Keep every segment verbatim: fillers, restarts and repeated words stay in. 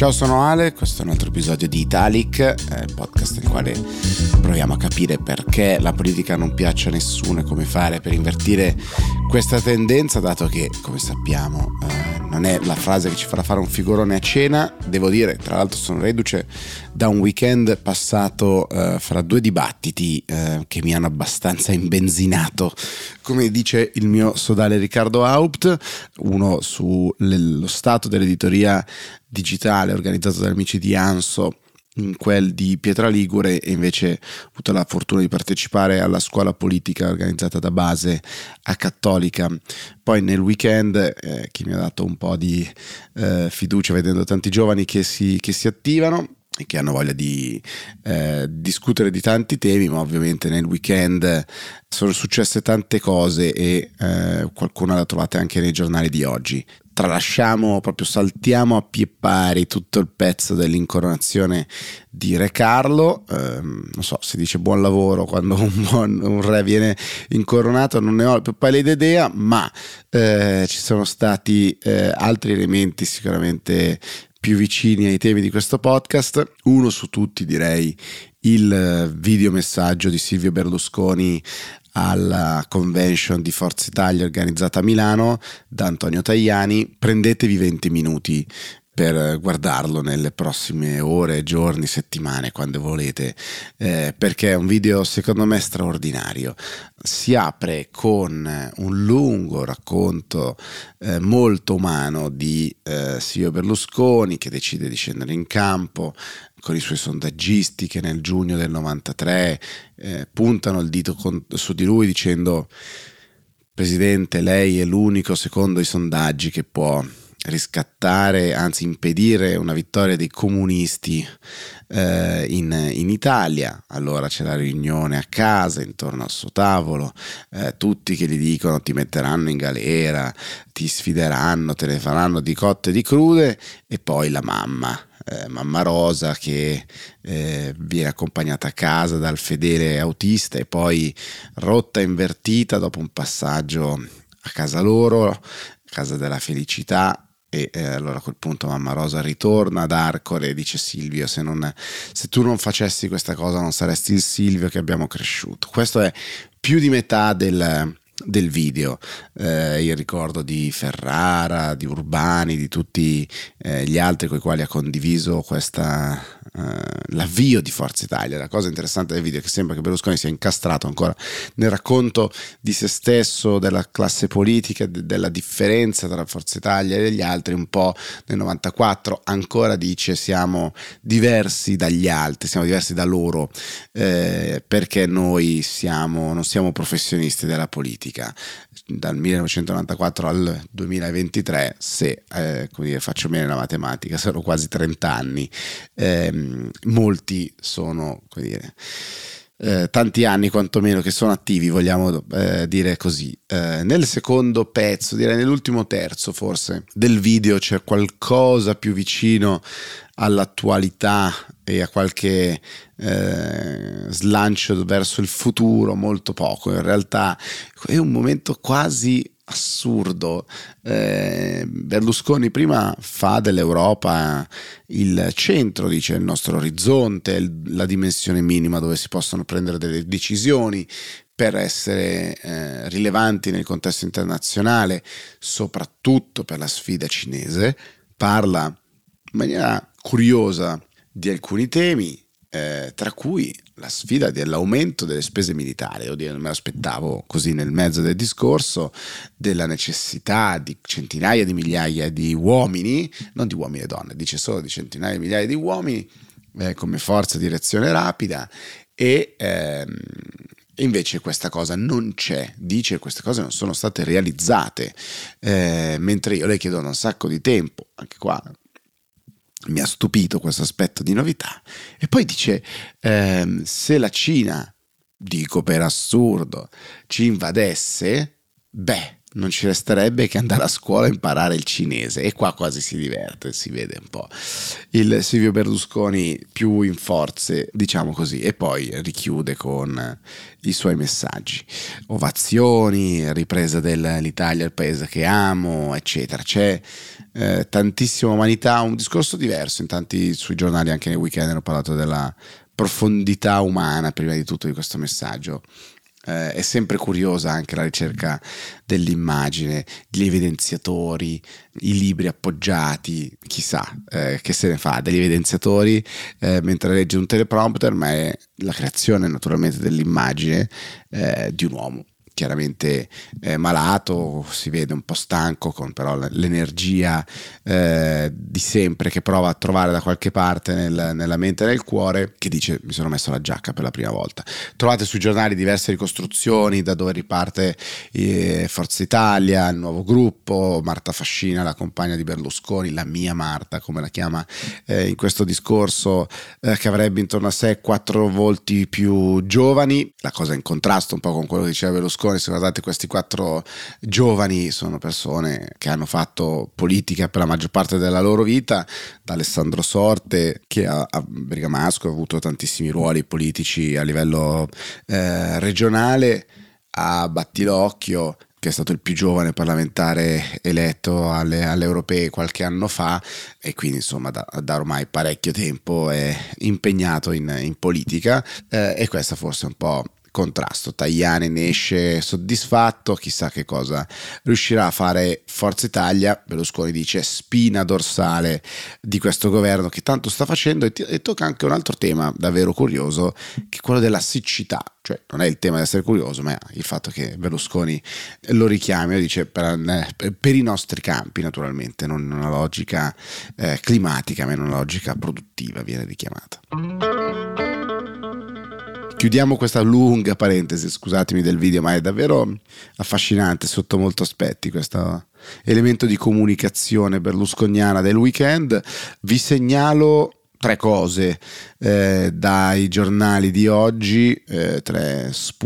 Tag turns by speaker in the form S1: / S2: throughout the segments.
S1: Ciao, sono Ale, questo è un altro episodio di Italic, eh, podcast nel quale proviamo a capire perché la politica non piace a nessuno e come fare per invertire questa tendenza, dato che, come sappiamo, eh, non è la frase che ci farà fare un figurone a cena. Devo dire, tra l'altro sono reduce da un weekend passato eh, fra due dibattiti eh, che mi hanno abbastanza imbenzinato, come dice il mio sodale Riccardo Haupt, uno sullo stato dell'editoria digitale organizzato dagli amici di Anso, in quel di Pietra Ligure, e invece ho avuto la fortuna di partecipare alla scuola politica organizzata da Base a Cattolica. Poi nel weekend eh, chi mi ha dato un po' di eh, fiducia vedendo tanti giovani che si, che si attivano e che hanno voglia di eh, discutere di tanti temi, ma ovviamente nel weekend sono successe tante cose e eh, qualcuna la trovate anche nei giornali di oggi. Tralasciamo, proprio saltiamo a piè pari tutto il pezzo dell'incoronazione di Re Carlo. ehm, non so, si dice buon lavoro quando un, buon, un re viene incoronato, non ne ho più pallida idea, ma eh, ci sono stati eh, altri elementi sicuramente più vicini ai temi di questo podcast. Uno su tutti, direi, il videomessaggio di Silvio Berlusconi alla convention di Forza Italia organizzata a Milano da Antonio Tajani. Prendetevi venti minuti per guardarlo nelle prossime ore, giorni, settimane, quando volete, eh, perché è un video secondo me straordinario. Si apre con un lungo racconto eh, molto umano di eh, Silvio Berlusconi, che decide di scendere in campo con i suoi sondaggisti che nel giugno del novantatré eh, puntano il dito con, su di lui dicendo: Presidente, lei è l'unico secondo i sondaggi che può riscattare, anzi impedire una vittoria dei comunisti eh, in, in Italia. Allora c'è la riunione a casa intorno al suo tavolo, eh, tutti che gli dicono ti metteranno in galera, ti sfideranno, te ne faranno di cotte e di crude, e poi la mamma Eh, mamma Rosa che eh, viene accompagnata a casa dal fedele autista e poi rotta e invertita dopo un passaggio a casa loro, a casa della felicità. E eh, allora a quel punto mamma Rosa ritorna ad Arcore e dice: Silvio, se, non, se tu non facessi questa cosa non saresti il Silvio che abbiamo cresciuto. Questo è più di metà del del video, eh, il ricordo di Ferrara, di Urbani, di tutti eh, gli altri con i quali ha condiviso questa eh, l'avvio di Forza Italia. La cosa interessante del video è che sembra che Berlusconi sia incastrato ancora nel racconto di se stesso, della classe politica, de- della differenza tra Forza Italia e gli altri. Un po' nel novantaquattro ancora dice: siamo diversi dagli altri, siamo diversi da loro, eh, perché noi siamo, non siamo professionisti della politica. Dal millenovecentonovantaquattro al duemilaventitré, se eh, come dire, faccio bene la matematica, sono quasi trenta anni. Eh, molti sono, come dire, eh, tanti anni quantomeno che sono attivi, vogliamo eh, dire così. Eh, nel secondo pezzo, direi nell'ultimo terzo forse del video, c'è qualcosa più vicino all'attualità e a qualche eh, slancio verso il futuro, molto poco. In realtà è un momento quasi assurdo. eh, Berlusconi prima fa dell'Europa il centro, dice il nostro orizzonte, il, la dimensione minima dove si possono prendere delle decisioni per essere eh, rilevanti nel contesto internazionale, soprattutto per la sfida cinese. Parla in maniera curiosa di alcuni temi, eh, tra cui la sfida dell'aumento delle spese militari. Oddio, non me l'aspettavo così nel mezzo del discorso, della necessità di centinaia di migliaia di uomini, non di uomini e donne, dice solo di centinaia di migliaia di uomini eh, come forza di reazione rapida, e ehm, invece questa cosa non c'è, dice queste cose non sono state realizzate, eh, mentre io le chiedo da un sacco di tempo. Anche qua mi ha stupito questo aspetto di novità. E poi dice ehm, se la Cina, dico per assurdo, ci invadesse, beh, non ci resterebbe che andare a scuola a imparare il cinese, e qua quasi si diverte, si vede un po' il Silvio Berlusconi più in forze, diciamo così, e poi richiude con i suoi messaggi, ovazioni, ripresa dell'Italia il paese che amo, eccetera. C'è eh, tantissima umanità, un discorso diverso. In tanti sui giornali anche nel weekend hanno parlato della profondità umana prima di tutto di questo messaggio. Eh, è sempre curiosa anche la ricerca dell'immagine, gli evidenziatori, i libri appoggiati, chissà eh, che se ne fa degli evidenziatori eh, mentre legge un teleprompter, ma è la creazione naturalmente dell'immagine eh, di un uomo chiaramente eh, malato, si vede un po' stanco, con però l'energia eh, di sempre che prova a trovare da qualche parte nel, nella mente e nel cuore, che dice: mi sono messo la giacca per la prima volta. Trovate sui giornali diverse ricostruzioni da dove riparte eh, Forza Italia, il nuovo gruppo, Marta Fascina, la compagna di Berlusconi, la mia Marta come la chiama eh, in questo discorso, eh, che avrebbe intorno a sé quattro volti più giovani, la cosa in contrasto un po' con quello che diceva Berlusconi. Se guardate, questi quattro giovani sono persone che hanno fatto politica per la maggior parte della loro vita, da Alessandro Sorte, che a, a Bergamasco ha avuto tantissimi ruoli politici a livello eh, regionale, a Battilocchio, che è stato il più giovane parlamentare eletto alle, alle europee qualche anno fa, e quindi insomma da, da ormai parecchio tempo è impegnato in, in politica, eh, e questa forse è un po' contrasto. Tajani ne esce soddisfatto, chissà che cosa riuscirà a fare Forza Italia. Berlusconi dice spina dorsale di questo governo che tanto sta facendo, e, t- e tocca anche un altro tema davvero curioso, che è quello della siccità. Cioè non è il tema di essere curioso, ma il fatto che Berlusconi lo richiami, lo dice per, per i nostri campi, naturalmente non in una logica eh, climatica, ma in una logica produttiva viene richiamata. Chiudiamo questa lunga parentesi, scusatemi, del video, ma è davvero affascinante sotto molti aspetti questo elemento di comunicazione berlusconiana del weekend. Vi segnalo tre cose eh, dai giornali di oggi, eh, tre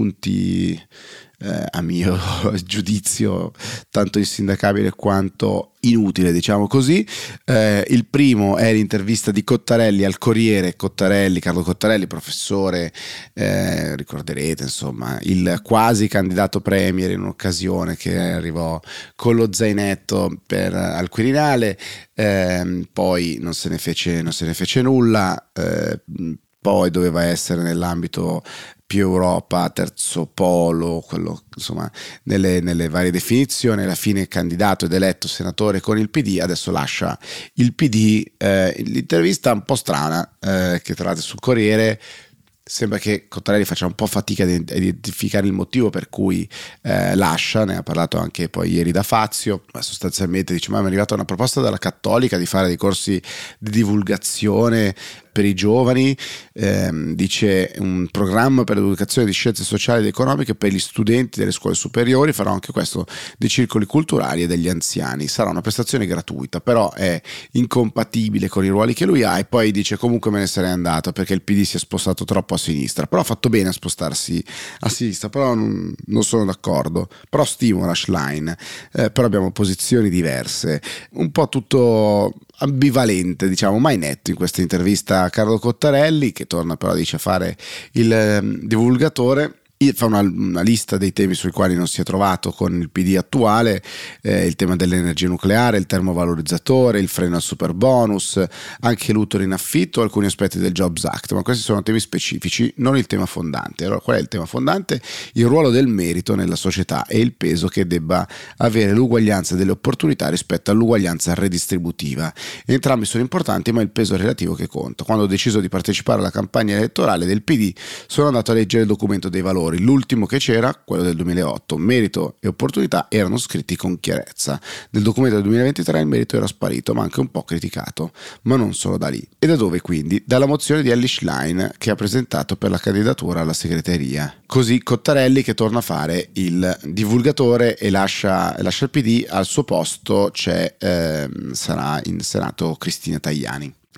S1: spunti eh, a mio giudizio tanto insindacabile quanto inutile, diciamo così. Eh, il primo è l'intervista di Cottarelli al Corriere. Cottarelli, Carlo Cottarelli, professore, eh, ricorderete insomma, il quasi candidato premier in un'occasione che arrivò con lo zainetto per, al Quirinale, eh, poi non se ne fece, non se ne fece nulla, eh, poi doveva essere nell'ambito più Europa, terzo polo, quello insomma nelle, nelle varie definizioni. Alla fine candidato ed eletto senatore con il P D, adesso lascia il P D. Eh, l'intervista un po' strana eh, che trovate sul Corriere. Sembra che Cottarelli faccia un po' fatica ad identificare il motivo per cui eh, lascia, ne ha parlato anche poi ieri da Fazio, ma sostanzialmente dice: ma mi è arrivata una proposta dalla Cattolica di fare dei corsi di divulgazione per i giovani, ehm, dice un programma per l'educazione di scienze sociali ed economiche per gli studenti delle scuole superiori, farò anche questo dei circoli culturali e degli anziani, sarà una prestazione gratuita, però è incompatibile con i ruoli che lui ha. E poi dice: comunque me ne sarei andato perché il P D si è spostato troppo a sinistra, però ha fatto bene a spostarsi a sinistra, però non, non sono d'accordo, però stimo la Schlein, eh, però abbiamo posizioni diverse, un po' tutto ambivalente, diciamo, mai netto in questa intervista a Carlo Cottarelli, che torna però, dice, a fare il eh, divulgatore. Fa una, una lista dei temi sui quali non si è trovato con il P D attuale, eh, il tema dell'energia nucleare, il termovalorizzatore, il freno al super bonus, anche l'utero in affitto, alcuni aspetti del Jobs Act, ma questi sono temi specifici, non il tema fondante. Allora, qual è il tema fondante? Il ruolo del merito nella società e il peso che debba avere l'uguaglianza delle opportunità rispetto all'uguaglianza redistributiva. Entrambi sono importanti, ma il peso relativo che conta. Quando ho deciso di partecipare alla campagna elettorale del P D, sono andato a leggere il documento dei valori. L'ultimo che c'era, quello del duemilaotto, merito e opportunità erano scritti con chiarezza. Nel documento del duemilaventitré il merito era sparito, ma anche un po' criticato, ma non solo da lì. E da dove quindi? Dalla mozione di Elly Schlein che ha presentato per la candidatura alla segreteria. Così Cottarelli, che torna a fare il divulgatore e lascia, lascia il P D, al suo posto c'è, eh, sarà in Senato Cristina Tajani,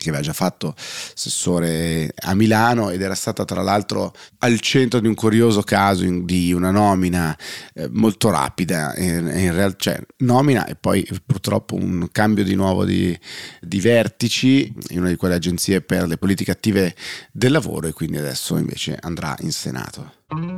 S1: che aveva già fatto assessore a Milano ed era stata tra l'altro al centro di un curioso caso in, di una nomina eh, molto rapida, in, in realtà cioè, nomina e poi purtroppo un cambio di nuovo di, di vertici in una di quelle agenzie per le politiche attive del lavoro, e quindi adesso invece andrà in Senato.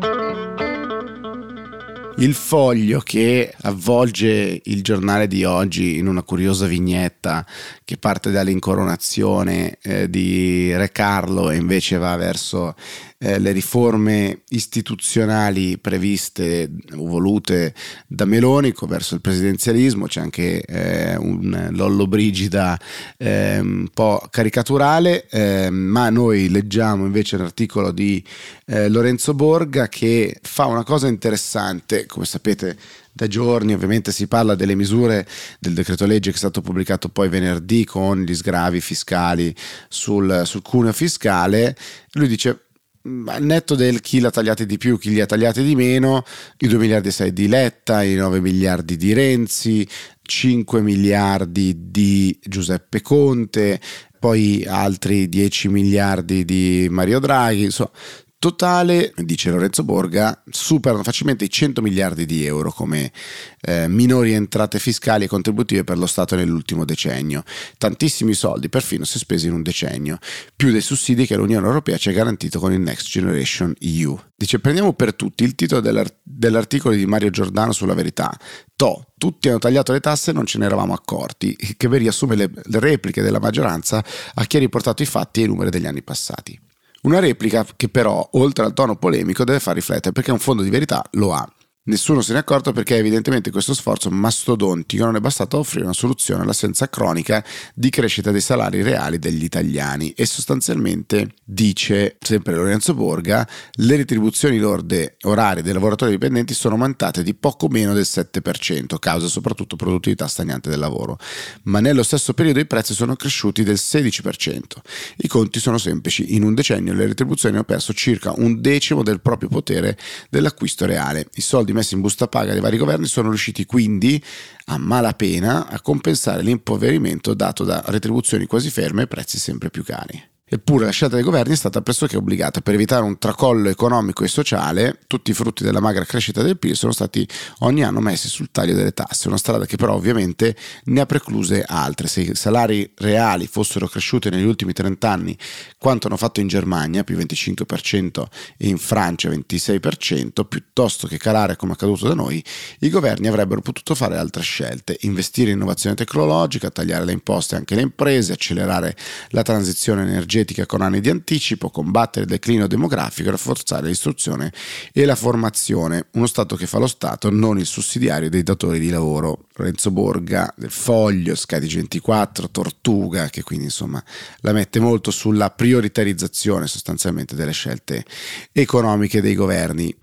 S1: Il Foglio, che avvolge il giornale di oggi in una curiosa vignetta che parte dall'incoronazione eh, di Re Carlo e invece va verso eh, le riforme istituzionali previste o volute da Meloni verso il presidenzialismo. C'è anche eh, un Lollobrigida eh, un po' caricaturale, eh, ma noi leggiamo invece l'articolo di eh, Lorenzo Borga, che fa una cosa interessante. Come sapete, da giorni ovviamente si parla delle misure del decreto legge che è stato pubblicato poi venerdì con gli sgravi fiscali sul, sul cuneo fiscale. Lui dice: al netto del chi l'ha tagliati di più, chi li ha tagliati di meno, i due miliardi e sei di Letta, i nove miliardi di Renzi, cinque miliardi di Giuseppe Conte, poi altri dieci miliardi di Mario Draghi, insomma, totale, dice Lorenzo Borga, superano facilmente i cento miliardi di euro come eh, minori entrate fiscali e contributive per lo Stato nell'ultimo decennio. Tantissimi soldi, perfino se spesi in un decennio, più dei sussidi che l'Unione Europea ci ha garantito con il Next Generation E U. Dice: prendiamo per tutti il titolo dell'art- dell'articolo di Mario Giordano sulla Verità. To, tutti hanno tagliato le tasse e non ce ne eravamo accorti, che ben riassume le, le repliche della maggioranza a chi ha riportato i fatti e i numeri degli anni passati. Una replica che però, oltre al tono polemico, deve far riflettere, perché un fondo di verità lo ha. Nessuno se ne è accorto perché evidentemente questo sforzo mastodontico non è bastato a offrire una soluzione all'assenza cronica di crescita dei salari reali degli italiani, e sostanzialmente, dice sempre Lorenzo Borga, le retribuzioni lorde orarie dei lavoratori dipendenti sono aumentate di poco meno del sette per cento, causa soprattutto produttività stagnante del lavoro, ma nello stesso periodo i prezzi sono cresciuti del sedici per cento. I conti sono semplici: in un decennio le retribuzioni hanno perso circa un decimo del proprio potere dell'acquisto reale. I soldi messi in busta paga dei vari governi sono riusciti quindi a malapena a compensare l'impoverimento dato da retribuzioni quasi ferme e prezzi sempre più cari. Eppure la scelta dei governi è stata pressoché obbligata. Per evitare un tracollo economico e sociale, tutti i frutti della magra crescita del P I L sono stati ogni anno messi sul taglio delle tasse, una strada che però ovviamente ne ha precluse altre. Se i salari reali fossero cresciuti negli ultimi trenta anni quanto hanno fatto in Germania, più venticinque per cento, e in Francia ventisei per cento, piuttosto che calare come accaduto da noi, i governi avrebbero potuto fare altre scelte: investire in innovazione tecnologica, tagliare le imposte anche alle imprese, accelerare la transizione energetica con anni di anticipo, combattere il declino demografico e rafforzare l'istruzione e la formazione. Uno Stato che fa lo Stato, non il sussidiario dei datori di lavoro. Lorenzo Borga del Foglio, Sky ventiquattro, Tortuga, che quindi insomma la mette molto sulla prioritarizzazione sostanzialmente delle scelte economiche dei governi.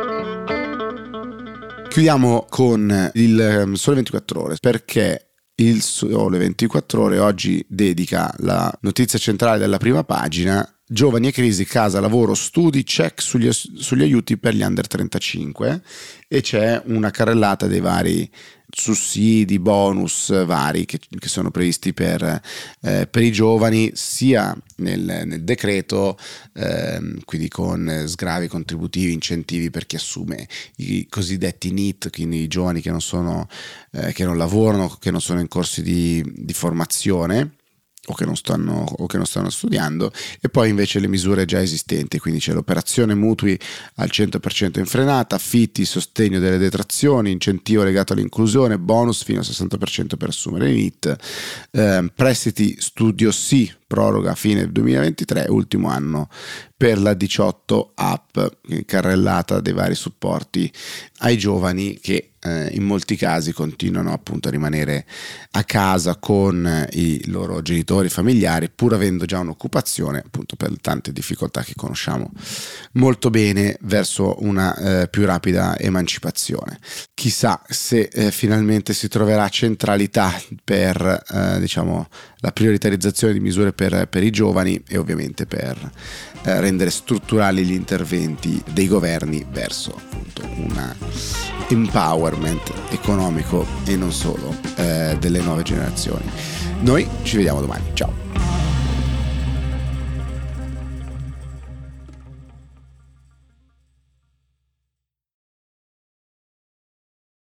S1: Chiudiamo con il Sole ventiquattro Ore, perché il Sole ventiquattro Ore oggi dedica la notizia centrale della prima pagina: giovani e crisi, casa, lavoro, studi, check sugli, sugli aiuti per gli under trentacinque, e c'è una carrellata dei vari sussidi, bonus vari che, che sono previsti per, eh, per i giovani, sia nel, nel decreto, eh, quindi con sgravi contributivi, incentivi per chi assume i cosiddetti N E E T, quindi i giovani che non sono, eh, che non lavorano, che non sono in corsi di, di formazione o che non stanno o che non stanno studiando, e poi invece le misure già esistenti, quindi c'è l'operazione mutui al cento per cento in frenata, affitti, sostegno delle detrazioni, incentivo legato all'inclusione, bonus fino al sessanta per cento per assumere in N E E T, eh, prestiti studio sì, proroga a fine duemilaventitré, ultimo anno per la diciotto app, carrellata dei vari supporti ai giovani che eh, in molti casi continuano appunto a rimanere a casa con i loro genitori familiari, pur avendo già un'occupazione, appunto per tante difficoltà che conosciamo molto bene, verso una eh, più rapida emancipazione. Chissà se eh, finalmente si troverà centralità per eh, diciamo la prioritarizzazione di misure per, per i giovani, e ovviamente per eh, rendere strutturali gli interventi dei governi verso appunto un empowerment economico e non solo eh, delle nuove generazioni. Noi ci vediamo domani, ciao.